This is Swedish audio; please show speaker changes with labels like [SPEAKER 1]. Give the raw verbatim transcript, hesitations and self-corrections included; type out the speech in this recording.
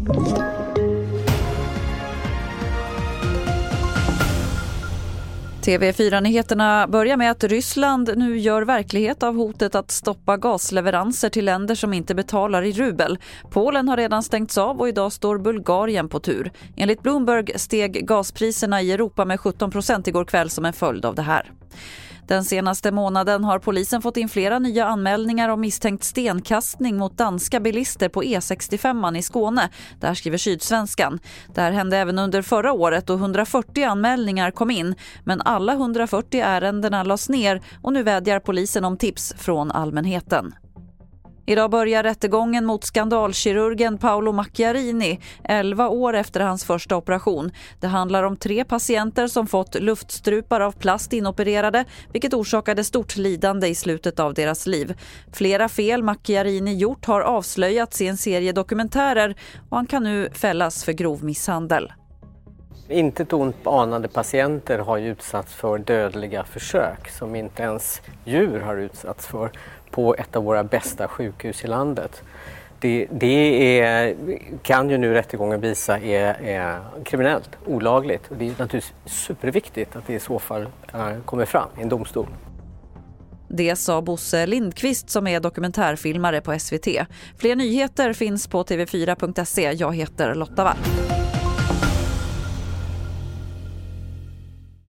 [SPEAKER 1] T V fyra-nyheterna börjar med att Ryssland nu gör verklighet av hotet att stoppa gasleveranser till länder som inte betalar i rubel. Polen har redan stängts av och idag står Bulgarien på tur. Enligt Bloomberg steg gaspriserna i Europa med sjutton procent igår kväll som en följd av det här. Den senaste månaden har polisen fått in flera nya anmälningar om misstänkt stenkastning mot danska bilister på E sextiofem i Skåne. Där skriver Sydsvenskan. Det här hände även under förra året och hundrafyrtio anmälningar kom in. Men alla hundrafyrtio ärendena lades ner och nu vädjar polisen om tips från allmänheten. Idag börjar rättegången mot skandalkirurgen Paolo Macchiarini, elva år efter hans första operation. Det handlar om tre patienter som fått luftstrupar av plast inopererade, vilket orsakade stort lidande i slutet av deras liv. Flera fel Macchiarini gjort har avslöjats i en serie dokumentärer och han kan nu fällas för grov misshandel.
[SPEAKER 2] Inte ett ont anande patienter har utsatts för dödliga försök som inte ens djur har utsatts för på ett av våra bästa sjukhus i landet. Det, det är, kan ju nu rättegången visa är, är kriminellt, olagligt. Och det är naturligtvis superviktigt att det i så fall äh, kommer fram i en domstol.
[SPEAKER 1] Det sa Bosse Lindqvist som är dokumentärfilmare på S V T. Fler nyheter finns på t v fyra punkt se. Jag heter Lotta Wall.